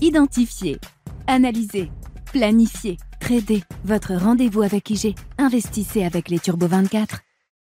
Identifier, analyser, planifier, trader. Votre rendez-vous avec IG. Investissez avec les Turbo 24.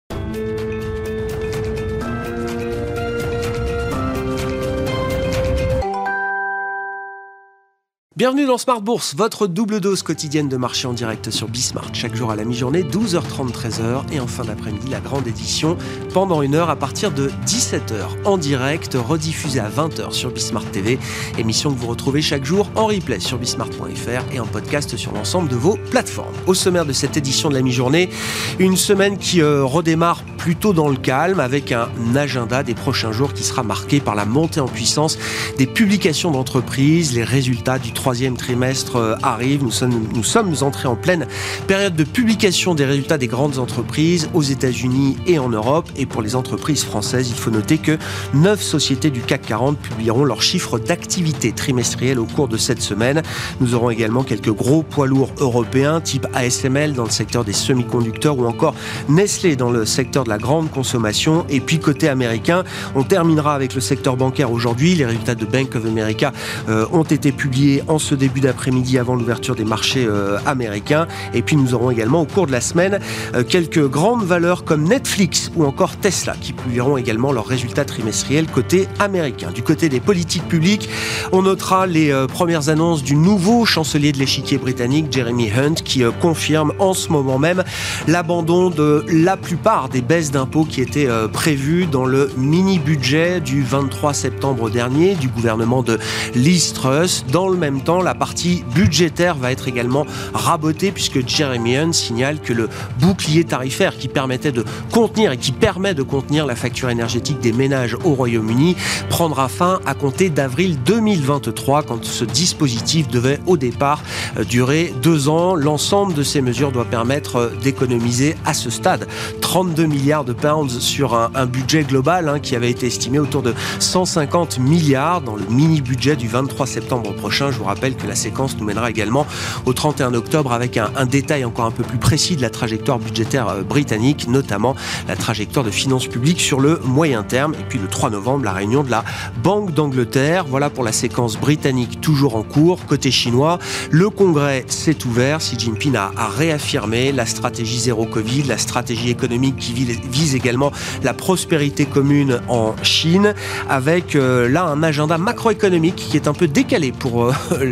Bienvenue dans Smart Bourse, votre double dose quotidienne de marché en direct sur Bismart. Chaque jour à la mi-journée, 12h30, 13h et en fin d'après-midi, la grande édition pendant une heure à partir de 17h en direct, rediffusée à 20h sur Bismart TV. Émission que vous retrouvez chaque jour en replay sur bismart.fr et en podcast sur l'ensemble de vos plateformes. Au sommaire de cette édition de la mi-journée, une semaine qui redémarre plutôt dans le calme avec un agenda des prochains jours qui sera marqué par la montée en puissance des publications d'entreprises, les résultats du troisième trimestre arrivent. Nous sommes entrés en pleine période de publication des résultats des grandes entreprises aux États-Unis et en Europe. Et pour les entreprises françaises, il faut noter que 9 sociétés du CAC 40 publieront leurs chiffres d'activité trimestrielle au cours de cette semaine. Nous aurons également quelques gros poids lourds européens, type ASML dans le secteur des semi-conducteurs ou encore Nestlé dans le secteur de la grande consommation. Et puis côté américain, on terminera avec le secteur bancaire aujourd'hui. Les résultats de Bank of America ont été publiés en ce début d'après-midi avant l'ouverture des marchés américains. Et puis nous aurons également au cours de la semaine quelques grandes valeurs comme Netflix ou encore Tesla qui publieront également leurs résultats trimestriels côté américain. Du côté des politiques publiques, on notera les premières annonces du nouveau chancelier de l'échiquier britannique, Jeremy Hunt, qui confirme en ce moment même l'abandon de la plupart des baisses d'impôts qui étaient prévues dans le mini-budget du 23 septembre dernier du gouvernement de Liz Truss. Dans le même temps, la partie budgétaire va être également rabotée puisque Jeremy Hunt signale que le bouclier tarifaire qui permettait de contenir et qui permet de contenir la facture énergétique des ménages au Royaume-Uni prendra fin à compter d'avril 2023 quand ce dispositif devait au départ durer 2 ans. L'ensemble de ces mesures doit permettre d'économiser à ce stade 32 milliards de pounds sur un budget global qui avait été estimé autour de 150 milliards dans le mini-budget du 23 septembre prochain. Je vous rappelle que la séquence nous mènera également au 31 octobre avec un détail encore un peu plus précis de la trajectoire budgétaire britannique, notamment la trajectoire de finances publiques sur le moyen terme. Et puis le 3 novembre, la réunion de la Banque d'Angleterre. Voilà pour la séquence britannique toujours en cours. Côté chinois, le congrès s'est ouvert. Xi Jinping a réaffirmé la stratégie zéro Covid, la stratégie économique qui vise également la prospérité commune en Chine, avec là un agenda macroéconomique qui est un peu décalé pour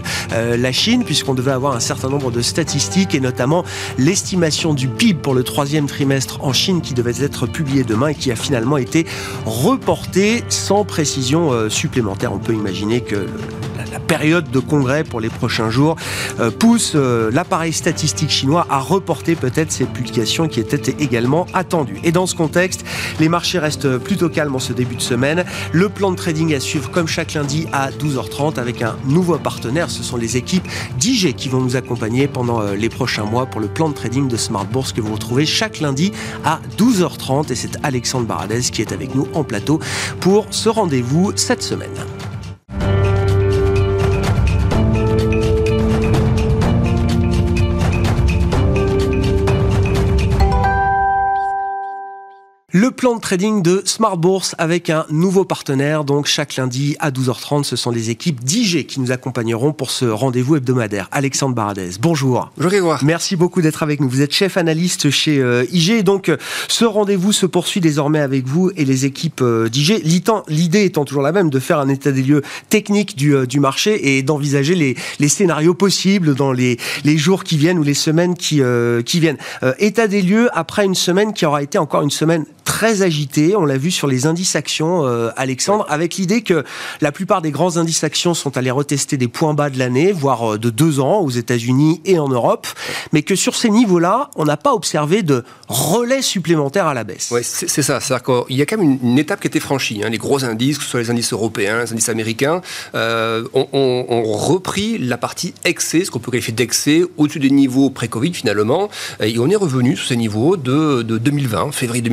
la Chine, puisqu'on devait avoir un certain nombre de statistiques et notamment l'estimation du PIB pour le troisième trimestre en Chine qui devait être publiée demain et qui a finalement été reportée sans précision supplémentaire. On peut imaginer que la période de congrès pour les prochains jours pousse l'appareil statistique chinois à reporter peut-être ces publications qui étaient également attendues. Et dans ce contexte, les marchés restent plutôt calmes en ce début de semaine. Le plan de trading à suivre comme chaque lundi à 12h30 avec un nouveau partenaire. Ce sont les équipes d'IG qui vont nous accompagner pendant les prochains mois pour le plan de trading de Smart Bourse que vous retrouvez chaque lundi à 12h30. Et c'est Alexandre Baradez qui est avec nous en plateau pour ce rendez-vous cette semaine. Le plan de trading de Smart Bourse avec un nouveau partenaire, donc chaque lundi à 12h30, ce sont les équipes d'IG qui nous accompagneront pour ce rendez-vous hebdomadaire. Alexandre Baradez, bonjour. Bonjour Grégoire. Merci beaucoup d'être avec nous. Vous êtes chef analyste chez IG, et donc ce rendez-vous se poursuit désormais avec vous et les équipes d'IG. L'idée étant toujours la même, de faire un état des lieux technique du marché et d'envisager les scénarios possibles dans les jours qui viennent ou les semaines qui viennent. État des lieux après une semaine qui aura été encore une semaine très agité, on l'a vu sur les indices actions, Alexandre, avec l'idée que la plupart des grands indices actions sont allés retester des points bas de l'année, voire de 2 ans aux États-Unis et en Europe, mais que sur ces niveaux-là, on n'a pas observé de relais supplémentaires à la baisse. Oui, c'est ça. C'est-à-dire qu'il y a quand même une étape qui a été franchie. Les gros indices, que ce soit les indices européens, les indices américains, ont repris la partie excès, ce qu'on peut qualifier d'excès, au-dessus des niveaux pré-Covid finalement, et on est revenu sur ces niveaux de 2020, février 2020.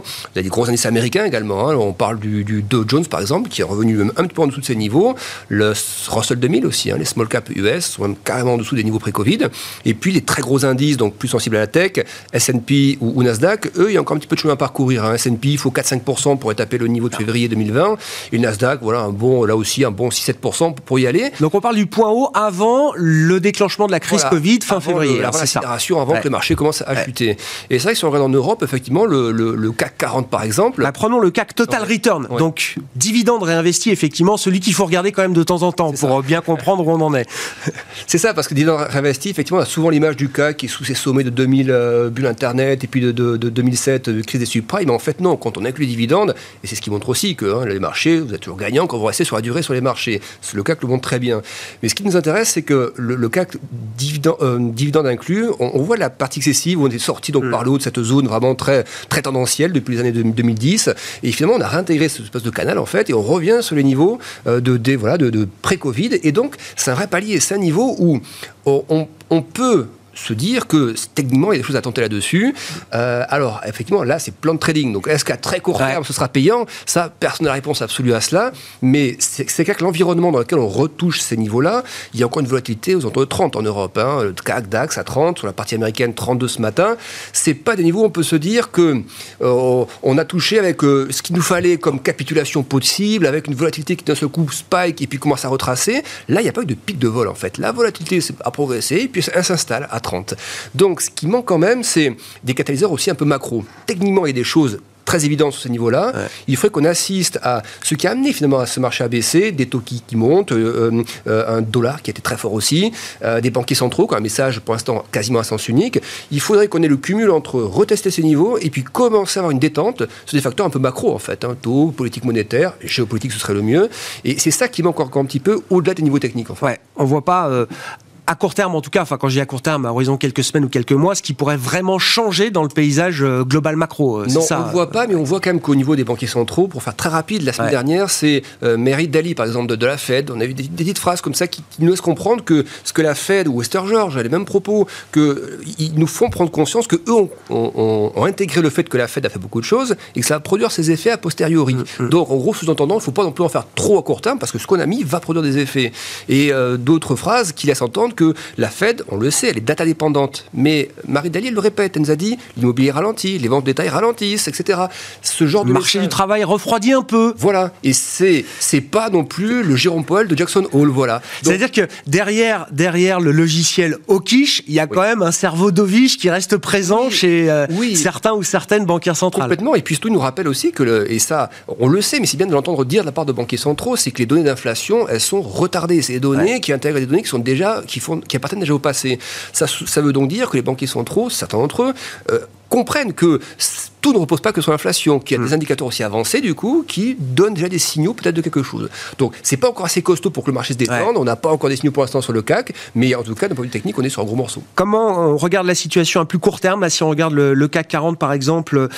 Il y a des gros indices américains également. On parle du Dow Jones, par exemple, qui est revenu même un petit peu en dessous de ses niveaux. Le Russell 2000 aussi, les small cap US sont même carrément en dessous des niveaux pré-Covid. Et puis les très gros indices, donc plus sensibles à la tech, S&P ou Nasdaq, eux, il y a encore un petit peu de chemin à parcourir. S&P, il faut 4-5% pour étaper le niveau de février 2020. Et Nasdaq, voilà, là aussi, un bon 6-7% pour y aller. Donc on parle du point haut avant le déclenchement de la crise Covid fin février. Avant l'accélération, avant que le marché commence à chuter. Et c'est vrai que si on regarde en Europe, effectivement, le CAC 40 par exemple. Prenons le CAC Total Return. Donc dividende réinvesti, effectivement, celui qu'il faut regarder quand même de temps en temps pour bien comprendre où on en est. C'est ça, parce que dividende réinvesti, effectivement, on a souvent l'image du CAC qui est sous ses sommets de 2000, bulle Internet, et puis de 2007, crise des subprimes. Mais en fait, non, quand on inclut les dividendes, et c'est ce qui montre aussi que les marchés, vous êtes toujours gagnant quand vous restez sur la durée sur les marchés. Le CAC le montre très bien. Mais ce qui nous intéresse, c'est que le CAC dividende inclus, on voit la partie excessive où on est sorti donc par le haut de cette zone vraiment très, très tendancielle depuis les années 2010. Et finalement, on a réintégré cette espèce de canal, en fait, et on revient sur les niveaux de pré-Covid. Et donc, c'est un vrai palier. C'est un niveau où on peut se dire que techniquement il y a des choses à tenter là-dessus. Alors effectivement là c'est plan de trading, donc est-ce qu'à très court terme ce sera payant? Ça, personne n'a la réponse absolue à cela, mais c'est clair que l'environnement dans lequel on retouche ces niveaux-là, il y a encore une volatilité aux alentours de 30 en Europe, le CAC, DAX à 30, sur la partie américaine 32 ce matin. C'est pas des niveaux où on peut se dire que on a touché avec ce qu'il nous fallait comme capitulation possible, avec une volatilité qui d'un seul coup spike et puis commence à retracer. Là il n'y a pas eu de pic de vol en fait, la volatilité a progressé et puis elle s'installe à 30. Donc, ce qui manque quand même, c'est des catalyseurs aussi un peu macro. Techniquement, il y a des choses très évidentes sur ce niveau-là. Il faudrait qu'on assiste à ce qui a amené finalement à ce marché à baisser, des taux qui montent, un dollar qui a été très fort aussi, des banquiers centraux, un message pour l'instant quasiment à sens unique. Il faudrait qu'on ait le cumul entre retester ces niveaux et puis commencer à avoir une détente sur des facteurs un peu macro en fait. Taux, politique monétaire, géopolitique ce serait le mieux. Et c'est ça qui manque encore un petit peu au-delà des niveaux techniques. En fait. On ne voit pas... à court terme en tout cas, quand je dis à court terme, à horizon quelques semaines ou quelques mois, ce qui pourrait vraiment changer dans le paysage global macro. Non, ça, on ne voit pas, mais on voit quand même qu'au niveau des banquiers centraux, pour faire très rapide, la semaine dernière, c'est Mary Daly, par exemple, de la Fed. On a eu des petites phrases comme ça qui nous laissent comprendre que ce que la Fed ou Wester George a les mêmes propos, qu'ils nous font prendre conscience qu'eux ont intégré le fait que la Fed a fait beaucoup de choses et que ça va produire ses effets a posteriori. Donc, en gros, sous-entendant, il ne faut pas non plus en faire trop à court terme parce que ce qu'on a mis va produire des effets. Et d'autres phrases qui laissent entendre que la Fed, on le sait, elle est data dépendante. Mais Mary Daly, elle le répète, elle nous a dit l'immobilier ralentit, les ventes de détail ralentissent, etc. Ce genre de marché du travail refroidit un peu. Voilà. Et c'est pas non plus le Jérôme Powell de Jackson Hole. Voilà. C'est-à-dire que derrière le logiciel hawkish, il y a quand même un cerveau dovish qui reste présent chez certains ou certaines banquières centrales. Complètement. Et puis surtout, il nous rappelle aussi que, et ça, on le sait, mais c'est bien de l'entendre dire de la part de banquiers centraux, c'est que les données d'inflation, elles sont retardées. C'est des données qui intègrent des données qui sont déjà, qui appartiennent déjà au passé. Ça veut donc dire que les banquiers centraux, certains d'entre eux, comprennent que tout ne repose pas que sur l'inflation, qu'il y a des indicateurs aussi avancés, du coup, qui donnent déjà des signaux peut-être de quelque chose. Donc, c'est pas encore assez costaud pour que le marché se détende, on n'a pas encore des signaux pour l'instant sur le CAC, mais en tout cas, d'un point de vue technique, on est sur un gros morceau. Comment on regarde la situation à plus court terme, là, si on regarde le CAC 40, par exemple,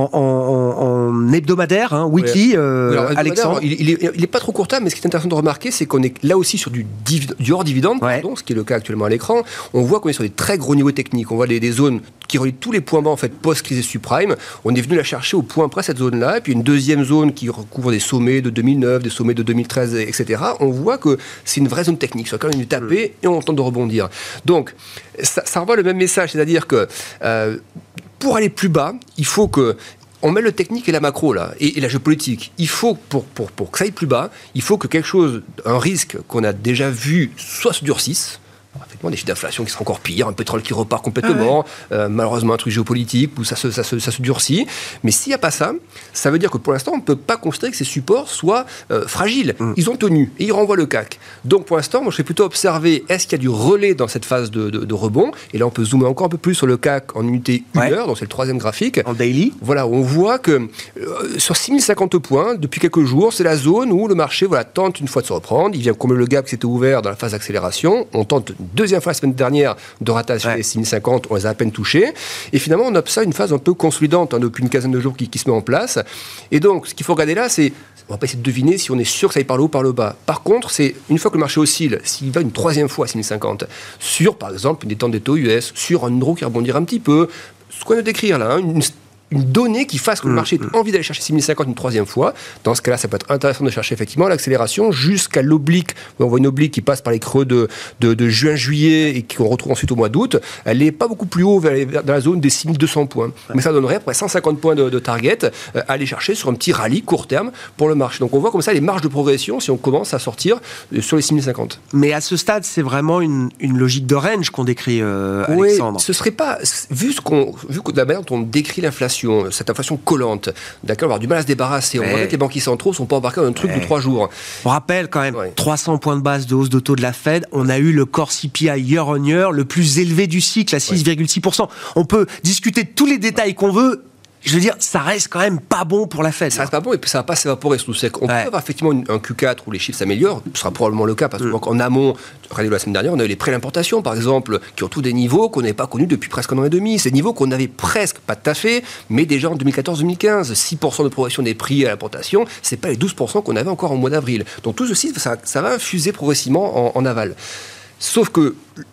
en hebdomadaire, weekly, Alexandre? Il est pas trop court terme, mais ce qui est intéressant de remarquer, c'est qu'on est là aussi sur du hors dividende, ce qui est le cas actuellement à l'écran. On voit qu'on est sur des très gros niveaux techniques. On voit des zones qui relient tous les points bas en fait post-crise et subprime. On est venu la chercher au point près cette zone-là, et puis une deuxième zone qui recouvre des sommets de 2009, des sommets de 2013, etc. On voit que c'est une vraie zone technique sur laquelle on est tapé et on tente de rebondir. Donc, ça renvoie le même message, c'est-à-dire que pour aller plus bas, il faut que on met le technique et la macro là, et la géopolitique. Il faut, pour que ça aille plus bas, il faut que quelque chose, un risque qu'on a déjà vu, soit se durcisse. Effectivement, des chiffres d'inflation qui seraient encore pires, un pétrole qui repart complètement, malheureusement un truc géopolitique où ça se durcit. Mais s'il n'y a pas ça, ça veut dire que pour l'instant, on ne peut pas considérer que ces supports soient fragiles. Ils ont tenu et ils renvoient le CAC. Donc pour l'instant, moi je vais plutôt observer, est-ce qu'il y a du relais dans cette phase de rebond? Et là, on peut zoomer encore un peu plus sur le CAC en unité 1 heure, donc c'est le troisième graphique. En daily. Voilà, on voit que sur 6050 points, depuis quelques jours, c'est la zone où le marché tente une fois de se reprendre. Il vient combler le gap qui s'était ouvert dans la phase d'accélération. On tente deuxième fois la semaine dernière de rater les 6050, on les a à peine touchés. Et finalement, on observe une phase un peu consolidante depuis une quinzaine de jours qui se met en place. Et donc, ce qu'il faut regarder là, c'est, on va pas essayer de deviner si on est sûr que ça aille par le haut ou par le bas. Par contre, c'est une fois que le marché oscille, s'il va une troisième fois à 6050, sur, par exemple, une détente des taux US, sur un euro qui rebondirait un petit peu, ce qu'on vient de décrire là, une une donnée qui fasse que le marché ait envie d'aller chercher 6050 une troisième fois. Dans ce cas-là, ça peut être intéressant de chercher effectivement l'accélération jusqu'à l'oblique. On voit une oblique qui passe par les creux de juin-juillet et qu'on retrouve ensuite au mois d'août. Elle n'est pas beaucoup plus haut dans la zone des 6200 points. Mais ça donnerait à peu près 150 points de target à aller chercher sur un petit rallye court terme pour le marché. Donc on voit comme ça les marges de progression si on commence à sortir sur les 6050. Mais à ce stade, c'est vraiment une logique de range qu'on décrit, Alexandre. Oui, ce serait pas... Vu que de la manière dont on décrit l'inflation, cette inflation collante, d'accord, on va avoir du mal à se débarrasser. On voit que les banquiers centraux ne sont pas embarqués dans un truc de 3 jours. On rappelle quand même, 300 points de base de hausse de taux de la Fed. On a eu le core CPI year on year, le plus élevé du cycle, à 6,6%. On peut discuter de tous les détails qu'on veut. Je veux dire, ça reste quand même pas bon pour la Fed. Ça reste pas bon et puis ça va pas s'évaporer. Surtout, c'est qu'on peut avoir effectivement un Q4 où les chiffres s'améliorent. Ce sera probablement le cas parce qu'en amont, regardez la semaine dernière, on a eu les prêts d'importation, par exemple, qui ont tous des niveaux qu'on n'avait pas connus depuis presque un an et demi. Ces niveaux qu'on avait presque, pas tout à fait, mais déjà en 2014-2015. 6% de progression des prix à l'importation, c'est pas les 12% qu'on avait encore au mois d'avril. Donc tout ceci, ça va infuser progressivement en aval. Sauf que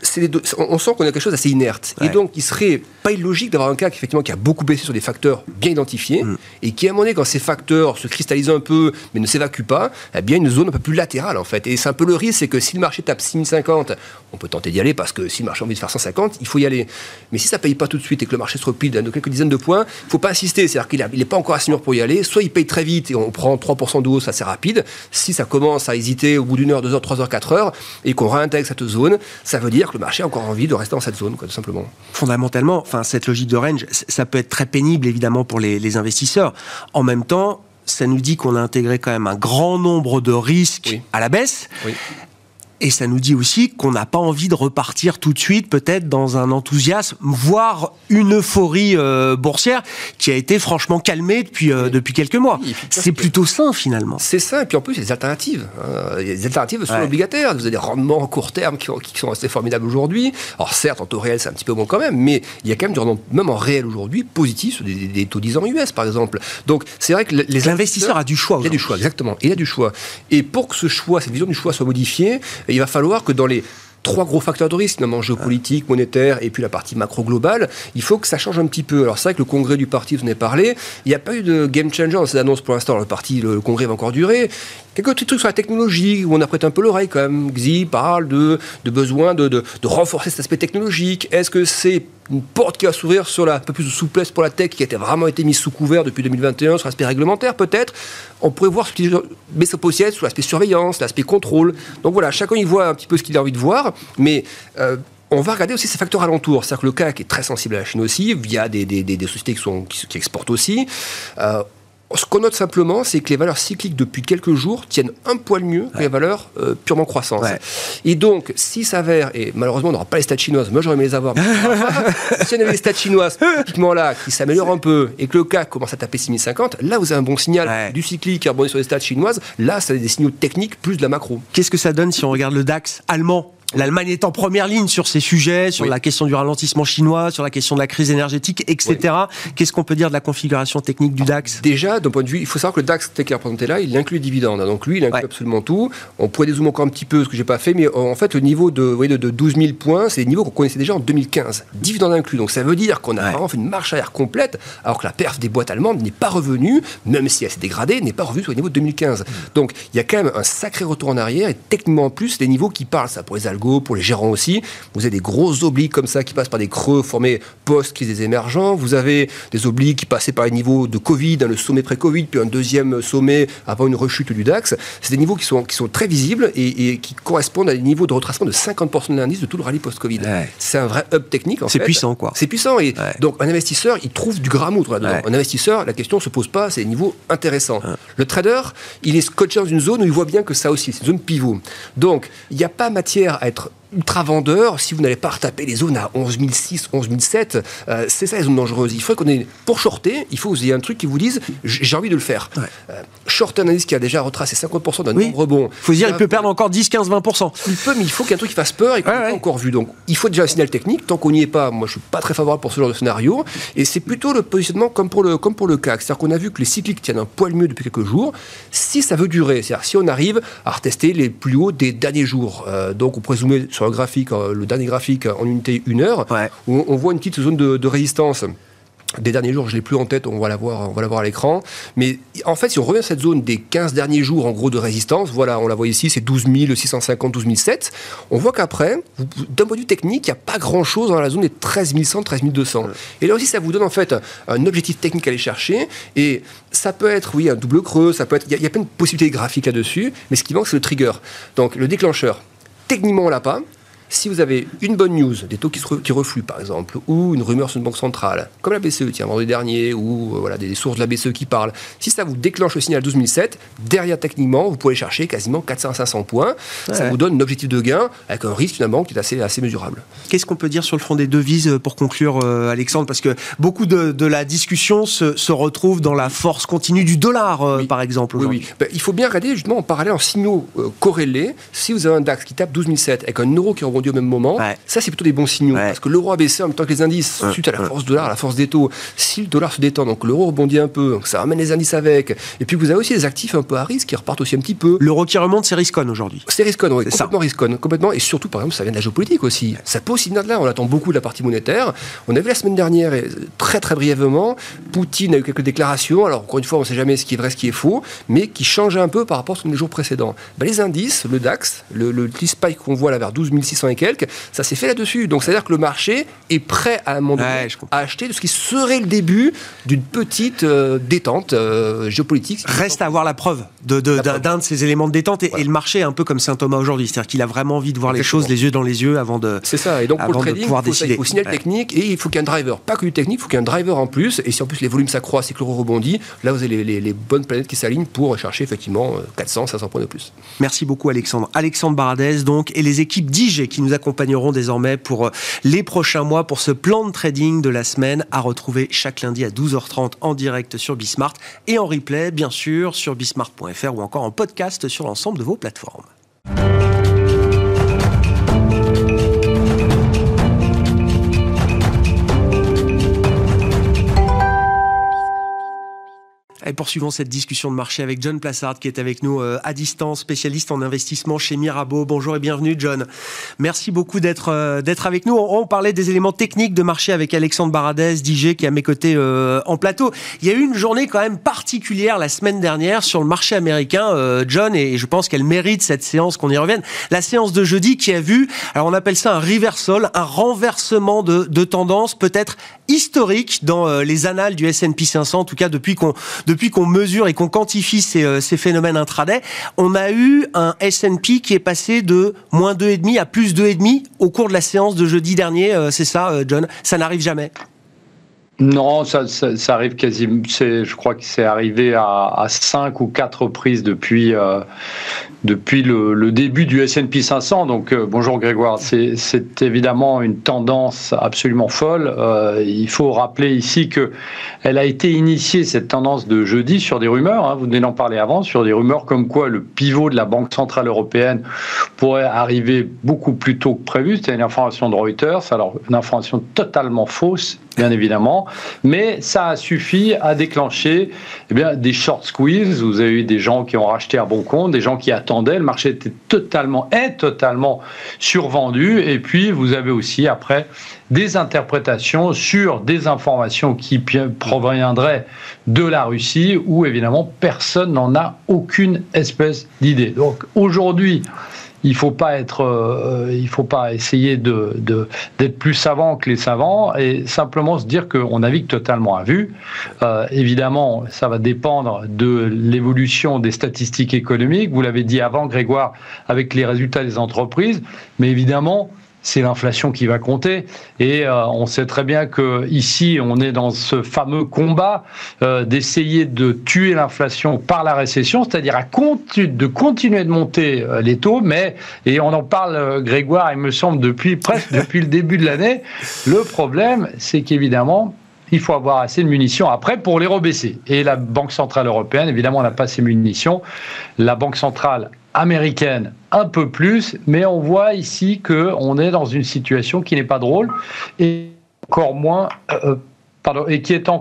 on sent qu'on a quelque chose d'assez inerte. Et donc, il serait pas illogique d'avoir un CAC effectivement qui a beaucoup baissé sur des facteurs bien identifiés et qui, à un moment donné, quand ces facteurs se cristallisent un peu mais ne s'évacuent pas, eh bien, une zone un peu plus latérale, en fait. Et c'est un peu le risque, c'est que si le marché tape 6050, on peut tenter d'y aller parce que si le marché a envie de faire 150, il faut y aller. Mais si ça paye pas tout de suite et que le marché se replie de quelques dizaines de points, il faut pas insister. C'est-à-dire qu'il n'est pas encore assez mûr pour y aller. Soit il paye très vite et on prend 3% de hausse assez rapide. Si ça commence à hésiter au bout d'une heure, 2 heures, 3 heures, 4 heures et qu'on réintègre cette zone, ça veut dire que le marché a encore envie de rester dans cette zone, quoi, tout simplement. Fondamentalement, cette logique de range, ça peut être très pénible, évidemment, pour les investisseurs. En même temps, ça nous dit qu'on a intégré quand même un grand nombre de risques à la baisse. Oui. Et ça nous dit aussi qu'on n'a pas envie de repartir tout de suite, peut-être dans un enthousiasme, voire une euphorie boursière qui a été franchement calmée depuis quelques mois. C'est plutôt sain, finalement. C'est ça, et puis en plus, il y a des alternatives. Il y a des alternatives sur l'obligataire. Vous avez des rendements en court terme qui sont assez formidables aujourd'hui. Alors certes, en taux réel, c'est un petit peu moins quand même, mais il y a quand même du rendement, même en réel aujourd'hui, positif sur des taux 10 ans US, par exemple. Donc c'est vrai que l'investisseur a du choix. Il a du choix, exactement. Il a du choix. Et pour que ce choix, cette vision du choix soit modifiée, il va falloir que dans les 3 gros facteurs de risque, notamment géopolitique, monétaire et puis la partie macro-globale, il faut que ça change un petit peu. Alors c'est vrai que le congrès du parti, vous en avez parlé, il n'y a pas eu de game changer dans ces annonces pour l'instant. Le congrès va encore durer. Quelques petits trucs sur la technologie, où on apprête un peu l'oreille quand même. Xi parle de besoin de renforcer cet aspect technologique. Est-ce que c'est une porte qui va s'ouvrir sur un peu plus de souplesse pour la tech qui a vraiment été mise sous couvert depuis 2021 sur l'aspect réglementaire peut-être? On pourrait voir mais ça peut aussi être sur l'aspect surveillance, l'aspect contrôle. Donc voilà, chacun y voit un petit peu ce qu'il a envie de voir, mais on va regarder aussi ces facteurs alentours. C'est-à-dire que le CAC est très sensible à la Chine aussi, via des sociétés qui exportent aussi. Ce qu'on note simplement, c'est que les valeurs cycliques depuis quelques jours tiennent un poil mieux que les valeurs purement croissance. Ouais. Et donc, s'il s'avère, et malheureusement on n'aura pas les stats chinoises, moi j'aurais aimé les avoir, si on avait les stats chinoises typiquement là, qui s'améliorent un peu, et que le CAC commence à taper 6050, là vous avez un bon signal du cyclique qui rebondit sur les stats chinoises, là ça a des signaux techniques plus de la macro. Qu'est-ce que ça donne si on regarde le DAX allemand ? L'Allemagne est en première ligne sur ces sujets, sur la question du ralentissement chinois, sur la question de la crise énergétique, etc. Oui. Qu'est-ce qu'on peut dire de la configuration technique du DAX ? Déjà, d'un point de vue, il faut savoir que le DAX tel qu'il est représenté là, il inclut les dividendes. Donc lui, il inclut absolument tout. On pourrait dézoomer encore un petit peu, ce que j'ai pas fait, mais en fait, le niveau de 12 000 points, c'est des niveaux qu'on connaissait déjà en 2015. Dividendes inclus. Donc ça veut dire qu'on a vraiment fait une marche arrière complète, alors que la perf des boîtes allemandes n'est pas revenue, même si elle s'est dégradée, n'est pas revenue sur les niveaux de 2015. Donc il y a quand même un sacré retour en arrière, et techniquement en plus, des niveaux qui parlent, ça pour les algos, pour les gérants aussi. Vous avez des grosses obliques comme ça qui passent par des creux formés post-crise des émergents. Vous avez des obliques qui passaient par les niveaux de Covid, le sommet pré-Covid, puis un deuxième sommet avant une rechute du DAX. C'est des niveaux qui sont très visibles et qui correspondent à des niveaux de retracement de 50% de l'indice de tout le rallye post-Covid. Ouais. C'est un vrai up technique en fait. C'est puissant quoi. C'est puissant et donc un investisseur, il trouve du gras à moudre là-dedans. Un investisseur, la question ne se pose pas, c'est des niveaux intéressants. Le trader, il est scotché dans une zone où il voit bien que ça aussi, c'est une zone pivot. Donc, il n'y a pas matière à être ultra vendeur si vous n'allez pas retaper les zones à 11 006, 11 007. C'est ça les zones dangereuses. Il faut qu'on ait, pour shorter, il faut que vous ayez un truc qui vous dise j'ai envie de le faire. Shorter un indice qui a déjà retracé 50% d'un nombre rebond. Il faut dire il peut perdre encore 10, 15, 20%. Il peut, mais il faut qu'il y ait un truc qui fasse peur et qu'on n'ait pas encore vu. Donc il faut déjà un signal technique. Tant qu'on n'y est pas, moi je suis pas très favorable pour ce genre de scénario. Et c'est plutôt le positionnement comme pour le CAC. C'est-à-dire qu'on a vu que les cycliques tiennent un poil mieux depuis quelques jours. Si ça veut durer, c'est-à-dire si on arrive à retester les plus hauts des derniers jours. Donc on pourrait zoomer sur un graphique, le dernier graphique en unité 1 heure, où on voit une petite zone de résistance des derniers jours, je ne l'ai plus en tête, on va la voir à l'écran. Mais en fait, si on revient à cette zone des 15 derniers jours, en gros, de résistance, voilà, on la voit ici, c'est 12 650, 12 700. On voit qu'après, d'un point de vue technique, il n'y a pas grand-chose dans la zone des 13 100, 13 200. Et là aussi, ça vous donne en fait un objectif technique à aller chercher. Et ça peut être, oui, un double creux, ça peut être, il y a plein de possibilités graphiques là-dessus, mais ce qui manque, c'est le trigger. Donc, le déclencheur, techniquement, on l'a pas. Si vous avez une bonne news, des taux qui refluent par exemple, ou une rumeur sur une banque centrale, comme la BCE, tiens, vendredi dernier, ou voilà, des sources de la BCE qui parlent, si ça vous déclenche le signal 12 700, derrière techniquement, vous pouvez chercher quasiment 400 à 500 points. Ouais. Ça vous donne un objectif de gain avec un risque finalement qui est assez mesurable. Qu'est-ce qu'on peut dire sur le front des devises pour conclure, Alexandre? Parce que beaucoup de la discussion se retrouve dans la force continue du dollar, par exemple. Oui. Ben, il faut bien regarder justement en parallèle, en signaux corrélés. Si vous avez un DAX qui tape 12 700 avec un euro qui rebondit au même moment, ça c'est plutôt des bons signaux, parce que l'euro a baissé en même temps que les indices, suite à la force dollar, à la force des taux. Si le dollar se détend, donc l'euro rebondit un peu, ça ramène les indices avec, et puis vous avez aussi des actifs un peu à risque qui repartent aussi un petit peu. L'euro qui remonte, c'est riscon aujourd'hui. C'est riscon, oui, complètement riscon, complètement, et surtout par exemple ça vient de la géopolitique aussi. Ça peut aussi venir de là, on attend beaucoup de la partie monétaire. On a vu la semaine dernière, et très très brièvement, Poutine a eu quelques déclarations, alors encore une fois on ne sait jamais ce qui est vrai, ce qui est faux, mais qui change un peu par rapport à les jours précédents. Ben, les indices, le DAX, le petit spike qu'on voit là vers 12 600 et quelques, ça s'est fait là-dessus. Donc, c'est-à-dire que le marché est prêt à un moment donné à acheter de ce qui serait le début d'une petite détente géopolitique. Reste à avoir la preuve d'un de ces éléments de détente. Et le marché est un peu comme Saint Thomas aujourd'hui. C'est-à-dire qu'il a vraiment envie de voir les choses les yeux dans les yeux avant de C'est ça. Et donc, pour le trading, il faut signal technique et il faut qu'il y ait un driver. Pas que du technique, il faut qu'il y ait un driver en plus. Et si en plus les volumes s'accroissent et que l'euro rebondit, là, vous avez les bonnes planètes qui s'alignent pour chercher effectivement 400, 500 points de plus. Merci beaucoup, Alexandre. Alexandre Baradez, donc, et les équipes d'IG qui nous accompagneront désormais pour les prochains mois, pour ce plan de trading de la semaine à retrouver chaque lundi à 12h30 en direct sur Bismart et en replay, bien sûr, sur bismart.fr ou encore en podcast sur l'ensemble de vos plateformes. Et poursuivons cette discussion de marché avec John Plassard qui est avec nous à distance, spécialiste en investissement chez Mirabeau. Bonjour et bienvenue John. Merci beaucoup d'être avec nous. On parlait des éléments techniques de marché avec Alexandre Baradez, d'IG, qui est à mes côtés en plateau. Il y a eu une journée quand même particulière la semaine dernière sur le marché américain, John, et je pense qu'elle mérite cette séance, qu'on y revienne. La séance de jeudi qui a vu, alors on appelle ça un reversal, un renversement de tendance peut-être historique dans les annales du S&P 500, en tout cas depuis qu'on mesure et qu'on quantifie ces phénomènes intraday. On a eu un S&P qui est passé de moins 2,5 à plus 2,5 au cours de la séance de jeudi dernier. C'est ça, John? Ça n'arrive jamais? Non, ça arrive quasiment. Je crois que c'est arrivé à 5 ou 4 reprises depuis le début du S&P 500. Donc, bonjour Grégoire. C'est évidemment une tendance absolument folle. Il faut rappeler ici qu'elle a été initiée, cette tendance de jeudi, sur des rumeurs. Vous venez d'en parler avant, sur des rumeurs comme quoi le pivot de la Banque Centrale Européenne pourrait arriver beaucoup plus tôt que prévu. C'était une information de Reuters. Alors, une information totalement fausse, bien évidemment, mais ça a suffi à déclencher des short squeeze. Vous avez eu des gens qui ont racheté à bon compte, des gens qui attendaient, le marché est totalement survendu, et puis vous avez aussi après des interprétations sur des informations qui proviendraient de la Russie, où évidemment personne n'en a aucune espèce d'idée. Donc aujourd'hui, il ne faut pas essayer d'être plus savant que les savants et simplement se dire qu'on navigue totalement à vue. Évidemment, ça va dépendre de l'évolution des statistiques économiques. Vous l'avez dit avant, Grégoire, avec les résultats des entreprises. Mais évidemment, c'est l'inflation qui va compter. Et on sait très bien qu'ici, on est dans ce fameux combat d'essayer de tuer l'inflation par la récession, c'est-à-dire de continuer de monter les taux. Et on en parle, Grégoire, il me semble, presque depuis le début de l'année. Le problème, c'est qu'évidemment, il faut avoir assez de munitions après pour les rebaisser. Et la Banque Centrale Européenne, évidemment, n'a pas ces munitions. La Banque Centrale américaine, un peu plus, mais on voit ici qu'on est dans une situation qui n'est pas drôle et encore moins et qui est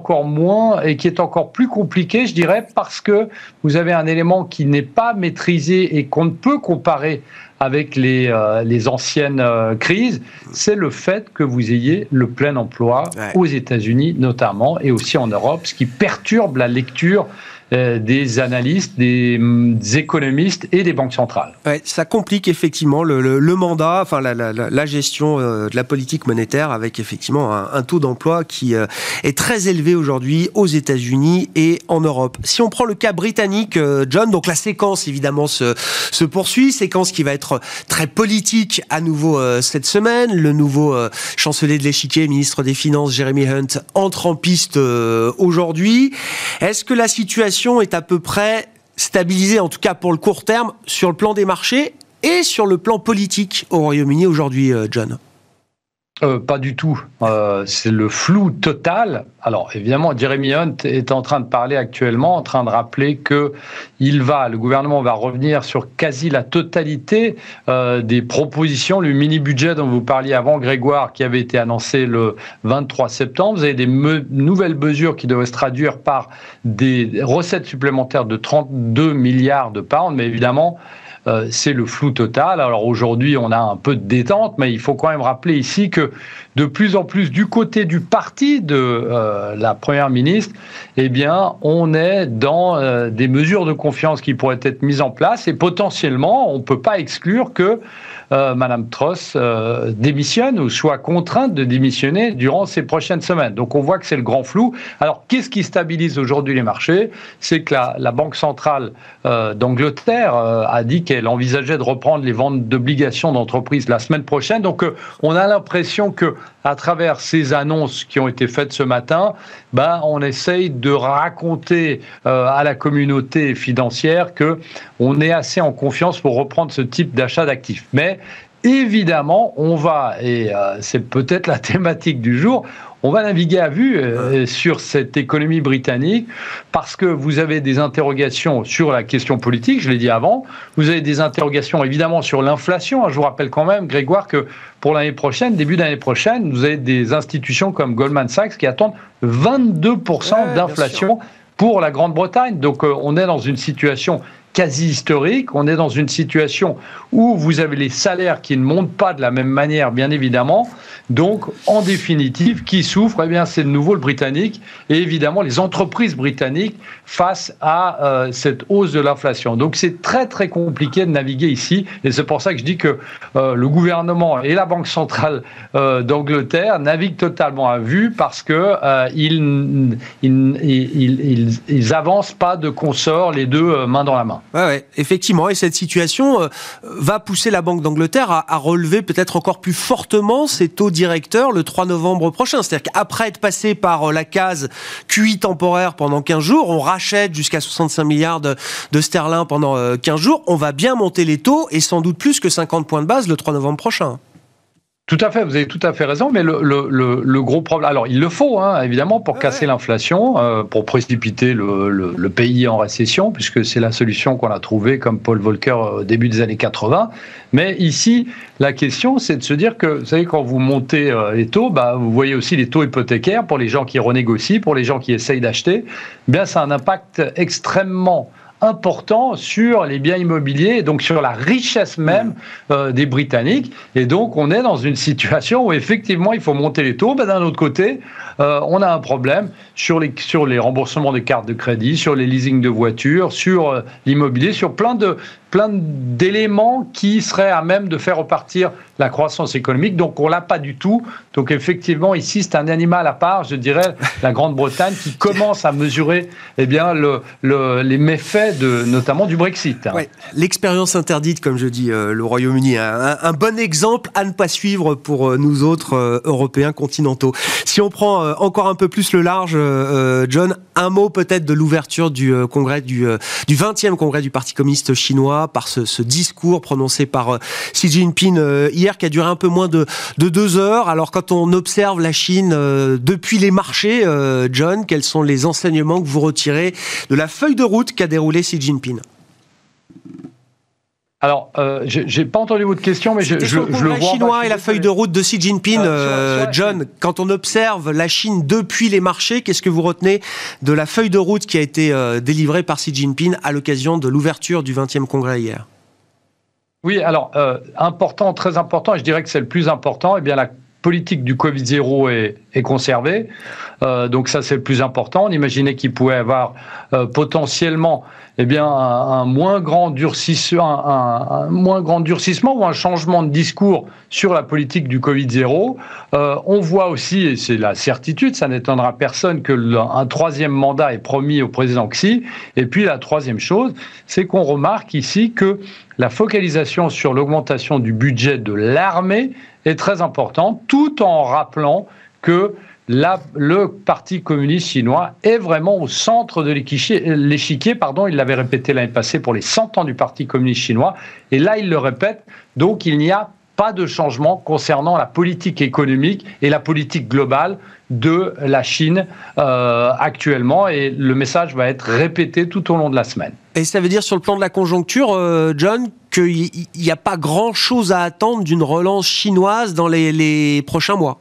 encore plus compliqué, je dirais, parce que vous avez un élément qui n'est pas maîtrisé et qu'on ne peut comparer avec les anciennes crises, c'est le fait que vous ayez le plein emploi aux États-Unis notamment et aussi en Europe, ce qui perturbe la lecture des analystes, des économistes et des banques centrales. Ouais, ça complique effectivement le mandat, enfin la gestion de la politique monétaire avec effectivement un taux d'emploi qui est très élevé aujourd'hui aux États-Unis et en Europe. Si on prend le cas britannique, John, donc la séquence évidemment se poursuit, séquence qui va être très politique à nouveau cette semaine. Le nouveau chancelier de l'échiquier, ministre des Finances, Jeremy Hunt, entre en piste aujourd'hui. Est-ce que la situation est à peu près stabilisée, en tout cas pour le court terme, sur le plan des marchés et sur le plan politique au Royaume-Uni aujourd'hui, John ? Pas du tout. C'est le flou total. Alors, évidemment, Jeremy Hunt est en train de parler actuellement, en train de rappeler que le gouvernement va revenir sur quasi la totalité des propositions, le mini-budget dont vous parliez avant, Grégoire, qui avait été annoncé le 23 septembre. Vous avez des nouvelles mesures qui devraient se traduire par des recettes supplémentaires de 32 milliards de pounds, mais évidemment, c'est le flou total. Alors aujourd'hui, on a un peu de détente, mais il faut quand même rappeler ici que de plus en plus du côté du parti de la Première ministre, eh bien, on est dans des mesures de confiance qui pourraient être mises en place et potentiellement, on ne peut pas exclure que Madame Truss démissionne ou soit contrainte de démissionner durant ces prochaines semaines. Donc on voit que c'est le grand flou. Alors qu'est-ce qui stabilise aujourd'hui les marchés ? C'est que la Banque centrale d'Angleterre a dit qu'elle envisageait de reprendre les ventes d'obligations d'entreprise la semaine prochaine. Donc on a l'impression que à travers ces annonces qui ont été faites ce matin, on essaye de raconter à la communauté financière que on est assez en confiance pour reprendre ce type d'achat d'actifs. Mais évidemment, on va, et c'est peut-être la thématique du jour, on va naviguer à vue sur cette économie britannique parce que vous avez des interrogations sur la question politique, je l'ai dit avant, vous avez des interrogations évidemment sur l'inflation. Je vous rappelle quand même, Grégoire, que pour l'année prochaine, début d'année prochaine, vous avez des institutions comme Goldman Sachs qui attendent 22% d'inflation pour la Grande-Bretagne. Donc on est dans une situation quasi historique, on est dans une situation où vous avez les salaires qui ne montent pas de la même manière, bien évidemment. Donc, en définitive, qui souffre, c'est de nouveau le Britannique et évidemment les entreprises britanniques face à cette hausse de l'inflation. Donc, c'est très, très compliqué de naviguer ici et c'est pour ça que je dis que le gouvernement et la Banque centrale d'Angleterre naviguent totalement à vue parce que ils avancent pas de consort les deux main dans la main. Ouais, effectivement. Et cette situation va pousser la Banque d'Angleterre à relever peut-être encore plus fortement ses taux directeurs le 3 novembre prochain. C'est-à-dire qu'après être passé par la case QI temporaire pendant 15 jours, on rachète jusqu'à 65 milliards de sterling pendant 15 jours, on va bien monter les taux et sans doute plus que 50 points de base le 3 novembre prochain. Tout à fait, vous avez tout à fait raison, mais le gros problème, alors il le faut évidemment pour casser l'inflation, pour précipiter le pays en récession, puisque c'est la solution qu'on a trouvée comme Paul Volcker au début des années 80. Mais ici, la question, c'est de se dire que, vous savez, quand vous montez les taux, vous voyez aussi les taux hypothécaires pour les gens qui renégocient, pour les gens qui essayent d'acheter, ça a un impact extrêmement important sur les biens immobiliers, donc sur la richesse même des Britanniques. Et donc, on est dans une situation où, effectivement, il faut monter les taux. D'un autre côté, on a un problème sur les remboursements des cartes de crédit, sur les leasings de voitures, sur l'immobilier, sur plein d'éléments qui seraient à même de faire repartir la croissance économique. Donc, on ne l'a pas du tout. Donc, effectivement, ici, c'est un animal à part, je dirais, la Grande-Bretagne qui commence à mesurer les méfaits notamment du Brexit. Ouais, l'expérience interdite, comme je dis, le Royaume-Uni. Un bon exemple à ne pas suivre pour nous autres Européens continentaux. Si on prend encore un peu plus le large, John, un mot peut-être de l'ouverture du congrès du 20e congrès du Parti communiste chinois par ce discours prononcé par Xi Jinping hier qui a duré un peu moins de 2 heures. Alors quand on observe la Chine depuis les marchés, John, quels sont les enseignements que vous retirez de la feuille de route qu'a déroulée Xi Jinping ? Alors, j'ai pas entendu votre question, mais je le vois chinois et la feuille de route de Xi Jinping, John. Quand on observe la Chine depuis les marchés, qu'est-ce que vous retenez de la feuille de route qui a été délivrée par Xi Jinping à l'occasion de l'ouverture du 20e congrès hier? Oui, alors, important, très important, et je dirais que c'est le plus important, eh bien, la politique du Covid-0 est conservée. Donc ça, c'est le plus important. On imaginait qu'il pouvait y avoir potentiellement un moins grand durcissement ou un changement de discours sur la politique du Covid-0. On voit aussi, et c'est la certitude, ça n'étonnera personne, qu'un troisième mandat est promis au président Xi. Et puis la troisième chose, c'est qu'on remarque ici que la focalisation sur l'augmentation du budget de l'armée est très importante, tout en rappelant que le Parti communiste chinois est vraiment au centre de l'échiquier. Il l'avait répété l'année passée pour les 100 ans du Parti communiste chinois. Et là, il le répète. Donc, il n'y a pas de changement concernant la politique économique et la politique globale de la Chine actuellement. Et le message va être répété tout au long de la semaine. Et ça veut dire, sur le plan de la conjoncture, John, qu'il n'y a pas grand-chose à attendre d'une relance chinoise dans les prochains mois?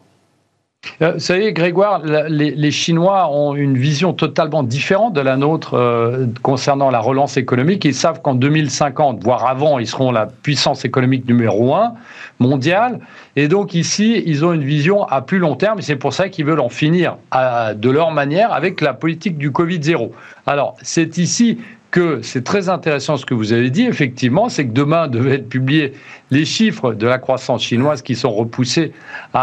Vous savez, Grégoire, les Chinois ont une vision totalement différente de la nôtre concernant la relance économique. Ils savent qu'en 2050, voire avant, ils seront la puissance économique numéro 1 mondiale. Et donc ici, ils ont une vision à plus long terme. Et c'est pour ça qu'ils veulent en finir de leur manière avec la politique du Covid-0. Alors, c'est ici que c'est très intéressant ce que vous avez dit, effectivement, c'est que demain devaient être publiés les chiffres de la croissance chinoise qui sont repoussés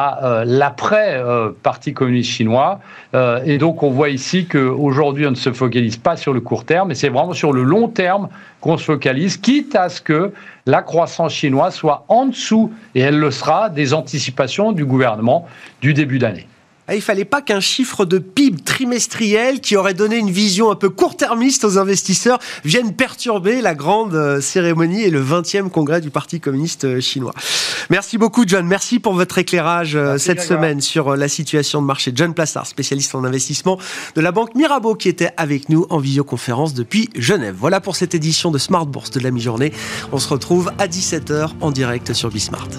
à l'après-Parti communiste chinois. Et donc, on voit ici qu'aujourd'hui, on ne se focalise pas sur le court terme, mais c'est vraiment sur le long terme qu'on se focalise, quitte à ce que la croissance chinoise soit en dessous, et elle le sera, des anticipations du gouvernement du début d'année. Il ne fallait pas qu'un chiffre de PIB trimestriel qui aurait donné une vision un peu court-termiste aux investisseurs vienne perturber la grande cérémonie et le 20e congrès du Parti communiste chinois. Merci beaucoup, John. Merci pour votre éclairage cette semaine sur la situation de marché. John Plassard, spécialiste en investissement de la banque Mirabeau, qui était avec nous en visioconférence depuis Genève. Voilà pour cette édition de Smart Bourse de la mi-journée. On se retrouve à 17h en direct sur Bismart.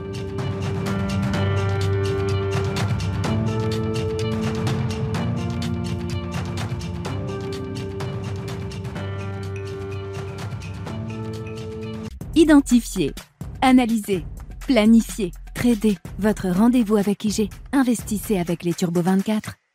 Identifiez, analysez, planifiez, tradez. Votre rendez-vous avec IG. Investissez avec les Turbo 24.